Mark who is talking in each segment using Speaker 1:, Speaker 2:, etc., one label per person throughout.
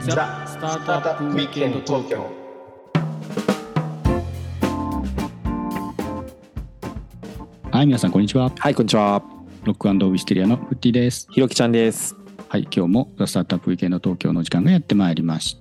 Speaker 1: ザ・スタートアップウィークエンド東京。
Speaker 2: はい、皆さんこんにちは。
Speaker 3: はい、こんにちは。
Speaker 2: ロック&ウィステリアのフッティです。
Speaker 3: ひろきちゃんです。
Speaker 2: はい、今日もザ・スタートアップウィークエンド東京の時間がやってまいりました。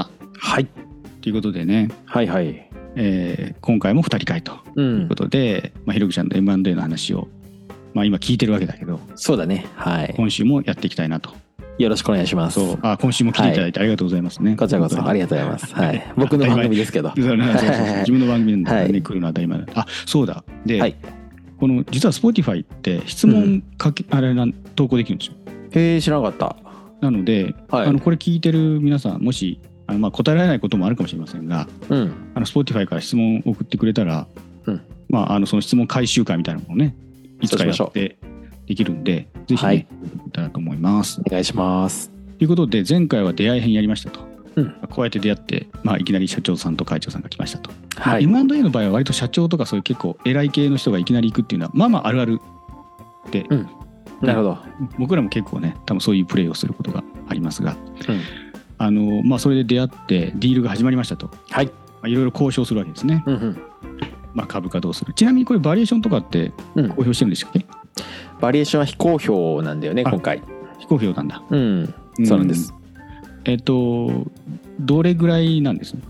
Speaker 3: はい。
Speaker 2: ということでね、
Speaker 3: はいはい。
Speaker 2: 今回も2人会ということで、ひろきちゃんの M&A の話を、今聞いてるわけだけど、
Speaker 3: そうだね。はい。
Speaker 2: 今週もやっていきたいなと。
Speaker 3: よろしくお願いします。
Speaker 2: そう、今週も来ていただいてありがとうございますね。
Speaker 3: こちらこそありがとうございます。はい。僕の番組ですけど。
Speaker 2: そう自分の番組なんで、ね、来るのは当たり前だ。そうだ。で、はい、この実は Spotify って質問投稿できるんですよ。
Speaker 3: へえ、知らなかった。
Speaker 2: なので、これ聞いてる皆さん、もし答えられないこともあるかもしれませんが、Spotify から質問を送ってくれたら、その質問回収会みたいなのをね、いつかやってできるんで、ぜひね、いただと思います。
Speaker 3: お願いします。
Speaker 2: ということで、前回は出会い編やりましたと。こうやって出会って、いきなり社長さんと会長さんが来ましたと。M&A の場合は割と社長とかそういう結構偉い系の人がいきなり行くっていうのはあるあるで、
Speaker 3: なるほど。
Speaker 2: 僕らも結構ね、多分そういうプレーをすることがありますが、それで出会ってディールが始まりましたと。はい。いろいろ交渉するわけですね。株価どうする。ちなみにこれバリエーションとかって公表してるんでしたっけ？
Speaker 3: バリエーションは非公表なんだよね、今回。
Speaker 2: 非公表なんだ。
Speaker 3: そうなんです。
Speaker 2: どれぐらいなんです？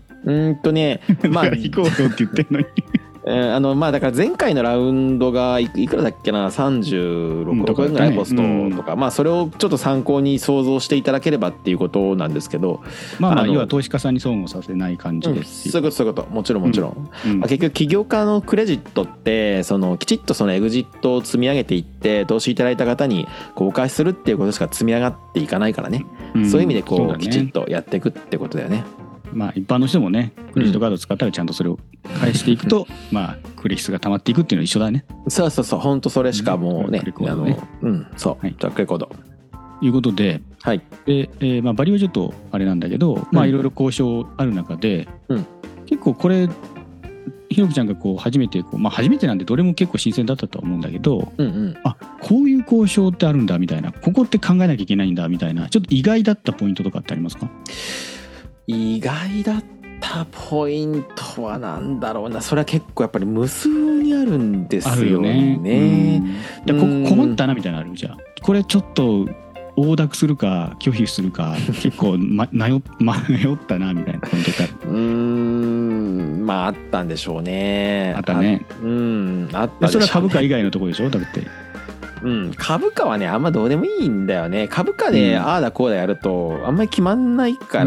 Speaker 2: 非公表って言ってんのに
Speaker 3: だから前回のラウンドがいくらだっけな、36億円ぐらいコストとか、それをちょっと参考に想像していただければっていうことなんですけど、
Speaker 2: 要は投資家さんに損をさせない感じです。
Speaker 3: そういうこともちろん結局起業家のクレジットってきちっとそのエグジットを積み上げていって投資いただいた方にお返しするっていうことしか積み上がっていかないからね、そういう意味できちっとやっていくってことだよね。
Speaker 2: 一般の人もね、クレジットカード使ったらちゃんとそれを返していくと、クレジスが溜まっていくっていうのは一緒だね。
Speaker 3: そう本当それしかもうね、トラックレコード。
Speaker 2: ということで、で、バリはちょっとあれなんだけど、いろいろ交渉ある中で、結構これひろきちゃんが初めて初めてなんでどれも結構新鮮だったとは思うんだけど、こういう交渉ってあるんだみたいな、ここって考えなきゃいけないんだみたいな、ちょっと意外だったポイントとかってありますか？
Speaker 3: 意外だったポイントはなんだろうな。それは結構やっぱり無数にあるんですよね。あるよね。
Speaker 2: ここ困ったなみたいなのあるじゃん。これちょっと横諾するか拒否するか結構迷ったなみたいなポイントってある。
Speaker 3: あったんでしょうね。
Speaker 2: あったね。
Speaker 3: あったでしょうね。
Speaker 2: それは株価以外のところでしょ、だって。
Speaker 3: 株価はねあんまどうでもいいんだよね。株価でああだこうだやるとあんまり決まんないから、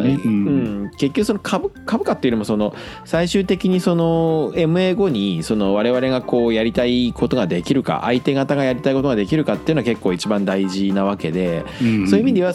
Speaker 3: 結局その株価っていうよりも最終的にMA 後に我々がやりたいことができるか、相手方がやりたいことができるかっていうのは結構一番大事なわけで、そういう意味では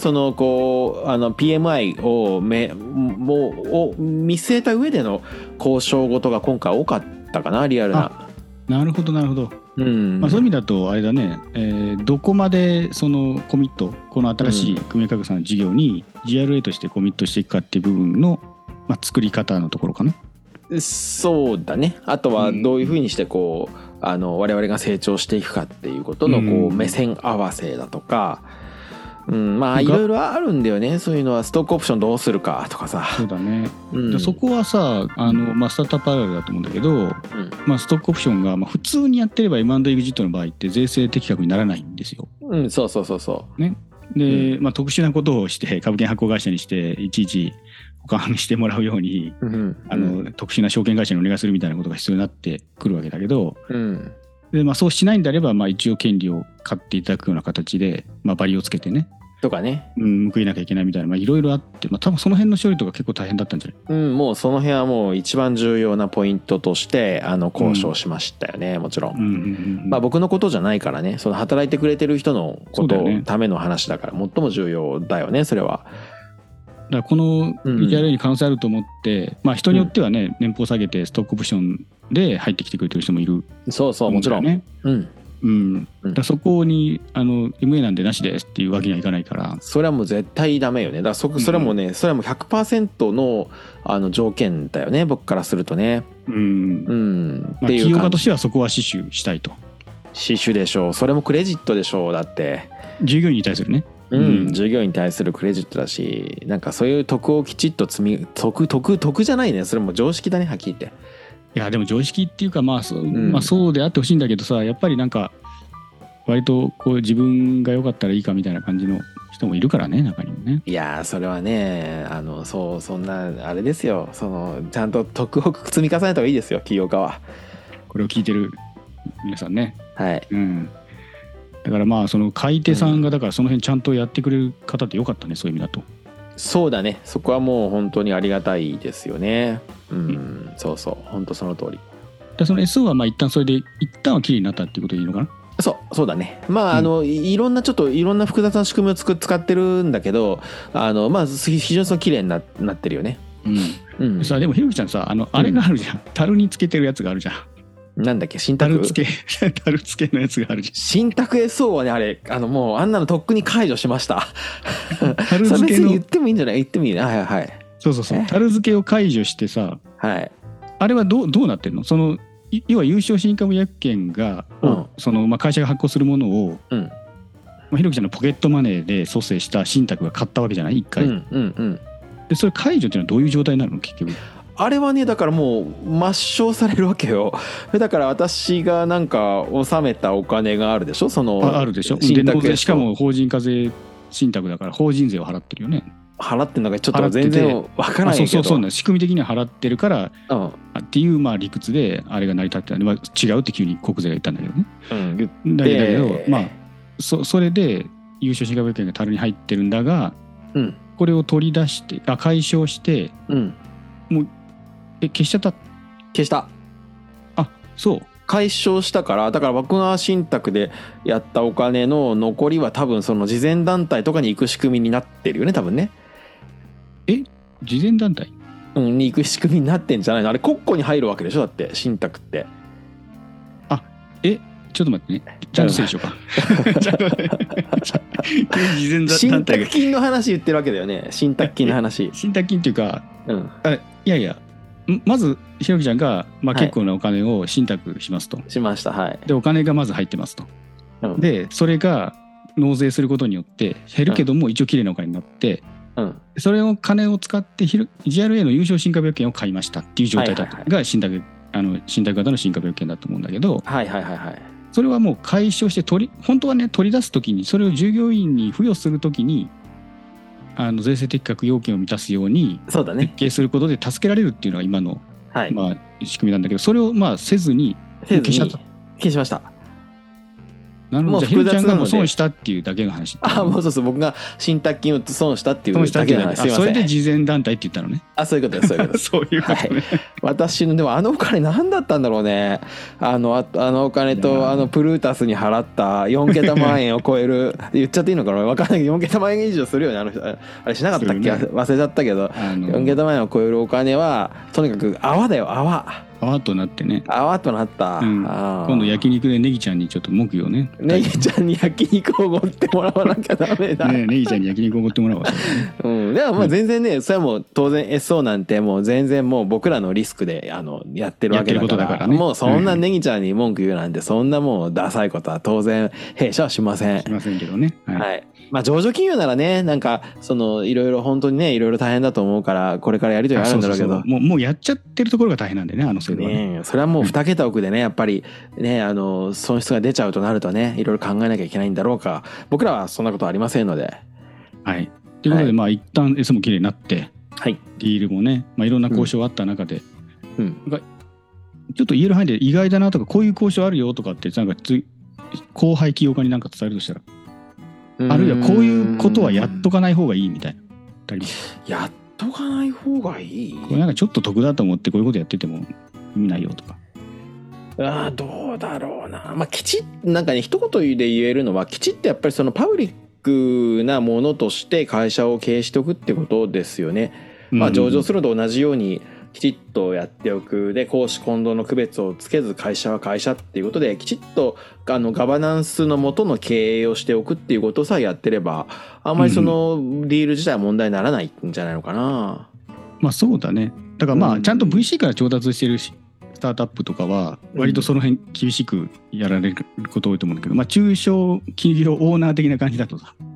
Speaker 3: PMI を見据えた上での交渉事が今回多かったかな、リアルな。
Speaker 2: なるほど。そういう意味だとあれだね、どこまでそのコミット、この新しい組合価格さんの事業に GRA としてコミットしていくかっていう部分の、作り方のところかな。
Speaker 3: そうだね。あとはどういうふうにして我々が成長していくかっていうことの目線合わせだとか、いろいろあるんだよね。そういうのはストックオプションどうするかとかさ。
Speaker 2: そうだね。そこはさ、スタートアップあるあるだと思うんだけど、ストックオプションが普通にやってれば M&A エグジットの場合って税制適格にならないんですよ。
Speaker 3: そう
Speaker 2: ね。で、特殊なことをして株券発行会社にしていちいち保管してもらうように、特殊な証券会社にお願いするみたいなことが必要になってくるわけだけど、でそうしないんであれば、一応権利を買っていただくような形で、バリをつけてね
Speaker 3: とかね、
Speaker 2: 報いなきゃいけないみたいな、いろいろあって、多分その辺の処理とか結構大変だったんじゃない？
Speaker 3: もうその辺はもう一番重要なポイントとして交渉しましたよね、もちろん。僕のことじゃないからね、働いてくれてる人のことのための話だから最も重要だよね、それは。
Speaker 2: だからこの PTRA に可能性あると思って、人によってはね、年俸下げてストックオプションで入ってきてくれてる人もいる。
Speaker 3: そうもちろんね。
Speaker 2: だそこにMA なんでなしですっていうわけにはいかないから、
Speaker 3: それはもう絶対ダメよね。だからそれもね、それはもう 100% の条件だよね、僕からするとね。
Speaker 2: 企業家としてはそこは死守したいと。
Speaker 3: 死守でしょう。それもクレジットでしょう。だって
Speaker 2: 従業員に対するね。
Speaker 3: 従業員に対するクレジットだし、なんかそういう徳をきちっと徳じゃないね、それも常識だね、はっきり言って。
Speaker 2: いやでも常識っていうかまあそうであってほしいんだけどさ、やっぱりなんか割とこう自分が良かったらいいかみたいな感じの人もいるからね、中にもね。
Speaker 3: いやそれはね、そんなあれですよ、ちゃんと徳を積み重ねた方がいいですよ、起業家は。
Speaker 2: これを聞いてる皆さんね。
Speaker 3: はい。
Speaker 2: だからまあその買い手さんがだからその辺ちゃんとやってくれる方ってよかったね、そういう意味だと。
Speaker 3: そうだね、そこはもう本当にありがたいですよね。そう本当その通り。
Speaker 2: でその SO はまあ一旦それで一旦はきれいになったっていうことでいいのかな。
Speaker 3: そうだね。まあいろんな複雑な仕組みを使ってるんだけど、まあ非常にその綺麗になってるよね。
Speaker 2: さあでもひろきちゃんさ、あれがあるじゃん、樽につけてるやつがあるじゃん。
Speaker 3: なんだっけ、新宅
Speaker 2: 樽付けのやつがあるじゃん。
Speaker 3: 新宅 SO はね、あれもうあんなのとっくに解除しました。
Speaker 2: 樽付けの
Speaker 3: 言ってもいいんじゃない？言ってもいいね。はい。
Speaker 2: そう樽付けを解除してさ、あれはどうなってんの？その要は有償新株薬券が、その会社が発行するものを、ひろきちゃんのポケットマネーで蘇生した信託が買ったわけじゃない、一回。でそれ解除っていうのはどういう状態になるの結局？
Speaker 3: あれはね、だからもう抹消されるわけよ。だから私がなんか納めたお金があるでしょ、
Speaker 2: あるでしょ。でしかも法人課税信託だから法人税を払ってるよね。
Speaker 3: 払ってんのかちょっと全然わからないけど、
Speaker 2: そう仕組み的には払ってるから、っていうまあ理屈であれが成り立ってたんで、違うって急に国税が言ったんだけどね。だけどまあそれで有償新株券が樽に入ってるんだが、これを取り出して解消して、もう消しちゃった。
Speaker 3: 消した。
Speaker 2: そう
Speaker 3: 解消したから、だから僕が信託でやったお金の残りは多分その慈善団体とかに行く仕組みになってるよね、多分ね。
Speaker 2: 慈善団体
Speaker 3: に行く仕組みになってんじゃないの？あれ国庫に入るわけでしょ、だって信託って。
Speaker 2: ちょっと待ってね、ちゃんと整理しようか。慈善団体が
Speaker 3: 信託金の話言ってるわけだよね、信託金の話。
Speaker 2: 信託金っていうか、いやまずひろきちゃんが、結構なお金を信託しますと。
Speaker 3: しました。はい。
Speaker 2: でお金がまず入ってますと。でそれが納税することによって減るけども一応きれいなお金になって、それを金を使って JRA の有償新株薬券を買いましたっていう状態だったが信託型の新株薬券だと思うんだけど、それはもう解消して本当はね取り出すときにそれを従業員に付与するときに税制適格要件を満たすように設計することで助けられるっていうのが今の、仕組みなんだけど、それをせずに消
Speaker 3: しました。
Speaker 2: なるほど。じゃあひろきちゃんがもう損したっていうだけの話。
Speaker 3: もう僕が信託金を損したっていうだけの話。
Speaker 2: それで慈善団体って言ったのね。
Speaker 3: そういうことです、そういうことです。
Speaker 2: そういうことね。
Speaker 3: 私のでもお金何だったんだろうね。お金とプルータスに払った4桁万円を超える言っちゃっていいのかな、分かんないけど4桁万円以上するよね、あれしなかったっけ、忘れちゃったけど、4桁万円を超えるお金はとにかく泡だよ、泡
Speaker 2: となってね。
Speaker 3: 泡となった。
Speaker 2: 今度焼肉でネギちゃんにちょっと文句をね。
Speaker 3: ネギちゃんに焼肉をおごってもらわなきゃダメだ。
Speaker 2: ネギちゃんに焼肉をおごってもらおう。
Speaker 3: でも全然ね、それはもう当然 SO なんてもう全然もう僕らのリスクでやってるわけだから、もうそんなネギちゃんに文句言うなんてそんなもうダサいことは当然弊社はしません。
Speaker 2: しませんけどね。
Speaker 3: はい。上場企業ならね、なんかいろいろ本当にね、いろいろ大変だと思うからこれからやりとりあるんだろうけど、
Speaker 2: もうやっちゃってるところが大変なんでね、制度はね。
Speaker 3: それはもう2桁億でね、やっぱりね、損失が出ちゃうとなるとね、いろいろ考えなきゃいけないんだろうか。僕らはそんなことはありませんので。
Speaker 2: はい。ということで、一旦 S もきれいになって、ディールもね、いろんな交渉あった中で、ちょっと言える範囲で意外だなとか、こういう交渉あるよとかって、なんか後輩起業家になんか伝えるとしたら、あるいはこういうことはやっとかない方がいいみたいな。
Speaker 3: やっとかない方がいい？
Speaker 2: これなんかちょっと得だと思ってこういうことやってても意味ないよとか。
Speaker 3: どうだろうな。きちっなんかね、一言で言えるのは、きちっとやっぱりそのパブリックなものとして会社を経営しておくってことですよね。上場するのと同じようにきちっとやっておく。で、公私混同の区別をつけず、会社は会社っていうことできちっとガバナンスのもとの経営をしておくっていうことさえやってれば、あんまりそのディール自体は問題にならないんじゃないのかな。
Speaker 2: そうだね。だからちゃんと VC から調達してるスタートアップとかは割とその辺厳しくやられること多いと思うんだけど、中小企業オーナー的な感じだとさ、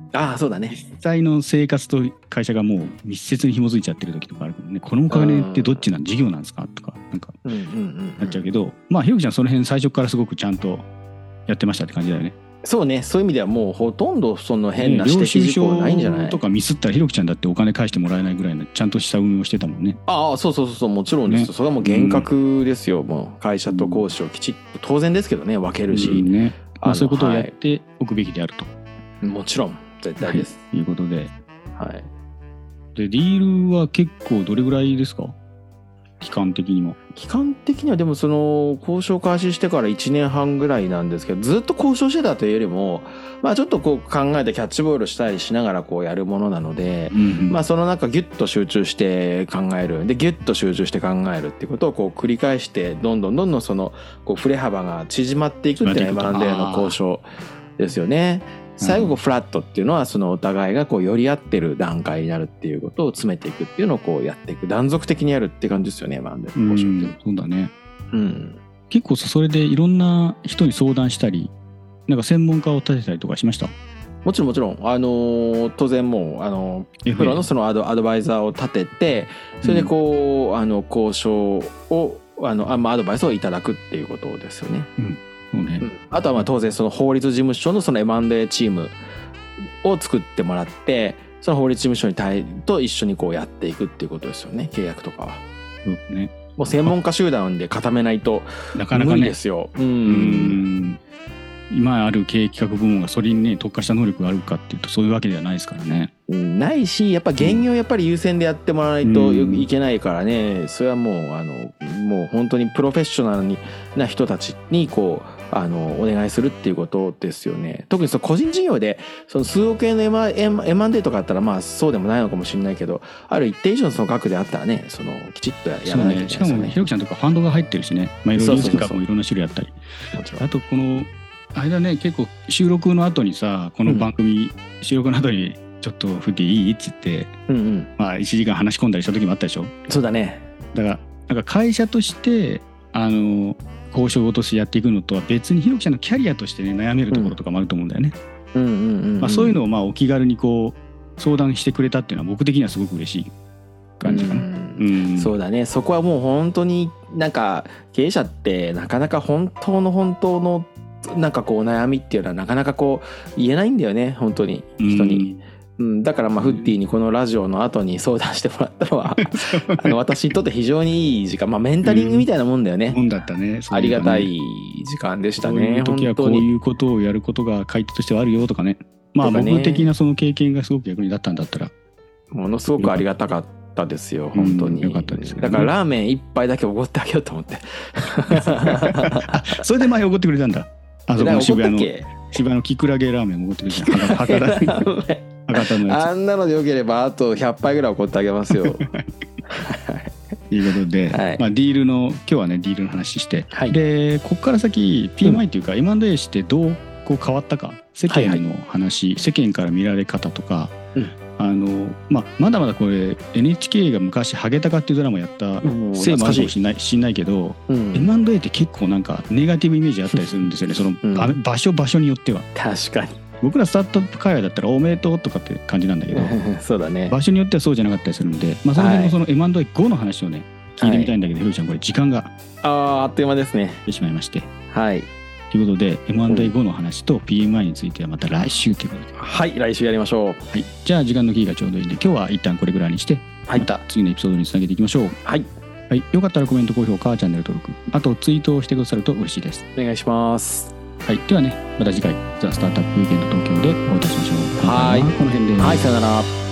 Speaker 3: ああそうだね。
Speaker 2: 実際の生活と会社がもう密接に紐づいちゃってる時とかあるからね。このお金ってどっちなん事業なんですかとかなんかなっちゃうけど、まあひろきちゃんその辺最初からすごくちゃんとやってましたって感じだよね。
Speaker 3: そうね、そういう意味ではもうほとんどその変な指摘事項ないんじゃない？
Speaker 2: 領収書とかミスったらひろきちゃんだってお金返してもらえないぐらいのちゃんとした運用してたもんね。
Speaker 3: ああそうそうそう、もちろんです、ね、それはもう厳格ですよ、もう会社と講師をきちっと当然ですけどね分けるし、
Speaker 2: ね、まあ、そういうことをやっておくべきであると、
Speaker 3: はい、もちろん絶対です、
Speaker 2: ということで、
Speaker 3: はい、
Speaker 2: でディールは結構どれぐらいですか？期間的にも。
Speaker 3: 期間的にはでもその交渉開始してから1年半ぐらいなんですけど、ずっと交渉してたというよりもまあちょっとこう考えてキャッチボールしたりしながらこうやるものなので、まあその中ギュッと集中して考える、でギュッと集中して考えるっていうことをこう繰り返してどんどんそのこう振れ幅が縮まっていくっていうのが M&A の交渉ですよね。最後フラットっていうのはそのお互いがこう寄り合ってる段階になるっていうことを詰めていくっていうのをこうやっていく、断続的にやるって感じですよね、M&A の交渉って。
Speaker 2: そうだね、結構それでいろんな人に相談したりなんか専門家を立てたりとかしました？
Speaker 3: もちろん当然もうプロのそのアドバイザーを立てて、それでこう交渉をアドバイスをいただくっていうことですよね。
Speaker 2: そうね、
Speaker 3: あとはまあ当然その法律事務所のその M&A チームを作ってもらって、その法律事務所と一緒にこうやっていくっていうことですよね、契約とかは。
Speaker 2: ね、
Speaker 3: もう専門家集団で固めないと無理ですよ。
Speaker 2: 今ある経営企画部門がそれにね特化した能力があるかっていうとそういうわけではないですからね。
Speaker 3: ないし、やっぱ減業やっぱり優先でやってもらわないといけないからね、それはもう本当にプロフェッショナルな人たちにこうお願いするっていうことですよね。特にその個人事業でその数億円の M&A とかあったらまあそうでもないのかもしれないけど、ある一定以上のその額であったらね、そのきちっとやらないといけないですよね。
Speaker 2: しかもひろきちゃんとかファンドが入ってるしね、まあいろいろリスクがもいろんな種類あったり、あとこのあれだね、結構収録の後にさ、この番組、収録の後にちょっと振っていいっつって、まあ1時間話し込んだりした時もあったでしょ。
Speaker 3: そうだね。
Speaker 2: だからなんか会社として交渉としてやっていくのとは別にひろきちゃんのキャリアとしてね悩めるところとかもあると思うんだよね。そういうのをまあお気軽にこう相談してくれたっていうのは僕的にはすごく嬉しい感じかな。
Speaker 3: そうだね。そこはもう本当になんか経営者ってなかなか本当のなんかこう悩みっていうのはなかなかこう言えないんだよね、本当に人に。だからまあフッティにこのラジオの後に相談してもらったのは私にとって非常にいい時間、まあメンタリングみたいなもんだよね。
Speaker 2: だったね。
Speaker 3: ありがたい時間でしたね。
Speaker 2: こういう時はこういうことをやることが買い手としてはあるよとかね。まあ僕的なその経験がすごく役に立ったんだったら
Speaker 3: ものすごくありがたかったですよ、本当に。
Speaker 2: よかったですね。
Speaker 3: だからラーメン一杯だけおごってあげようと思って
Speaker 2: それで前おごってくれたんだ。あそこの渋谷のキクラゲラーメンおごってくれた。博多のやつ。
Speaker 3: あんなのでよければあと100杯ぐらいおごってあげますよ。
Speaker 2: ということで、まあディールの今日はねディールの話して、でここから先 PMI っていうか M&A してどうこう変わったか、世間の話、世間から見られ方とか、まだまだこれ NHK が昔ハゲタカっていうドラマやったせいもあるかもしんないけど、M&A って結構なんかネガティブイメージあったりするんですよね。その場所によっては。確かに。僕らスタートアップ界隈だったらおめでとうとかって感じなんだけど
Speaker 3: そうだね。
Speaker 2: 場所によってはそうじゃなかったりするんで、その辺のその M&A 後の話をね聞いてみたいんだけど、ひろきちゃんこれ時間が
Speaker 3: あっという間ですね。
Speaker 2: してしまいまして、
Speaker 3: はい
Speaker 2: ということで M&A 後の話と PMI についてはまた来週ということで、
Speaker 3: はい来週やりましょう。
Speaker 2: はい、じゃあ時間のキーがちょうどいいんで今日は一旦これぐらいにして、また次のエピソードにつなげていきましょう。はい、よかったらコメント高評価チャンネル登録、あとツイートをしてくださると嬉しいです。
Speaker 3: お願いします。
Speaker 2: はい、ではねまた次回ザ・スタートアップウィーケンド東京でお会いいたしましょう。
Speaker 3: はい、
Speaker 2: この辺で。
Speaker 3: はい、さよなら。